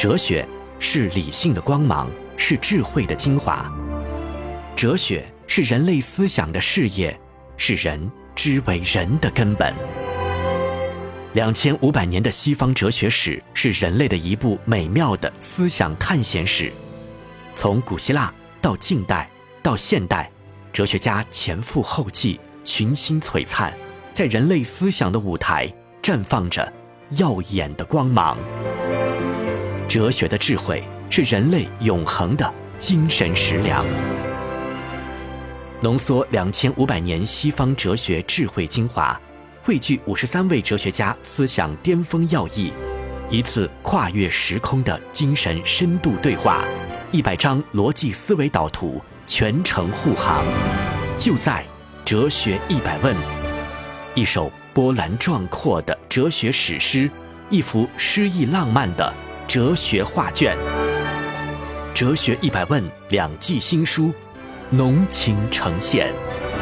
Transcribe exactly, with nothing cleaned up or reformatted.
哲学是理性的光芒，是智慧的精华。哲学是人类思想的事业，是人之为人的根本。两千五百年的西方哲学史是人类的一部美妙的思想探险史。从古希腊到近代到现代，哲学家前赴后继，群星璀璨，在人类思想的舞台绽放着耀眼的光芒。哲学的智慧是人类永恒的精神食粮。浓缩两千五百年西方哲学智慧精华，汇聚五十三位哲学家思想巅峰要义，一次跨越时空的精神深度对话，一百张逻辑思维导图全程护航，就在《哲学一百问》，一首波澜壮阔的哲学史诗，一幅诗意浪漫的哲学画卷。《哲学一百问》两季新书浓情呈现。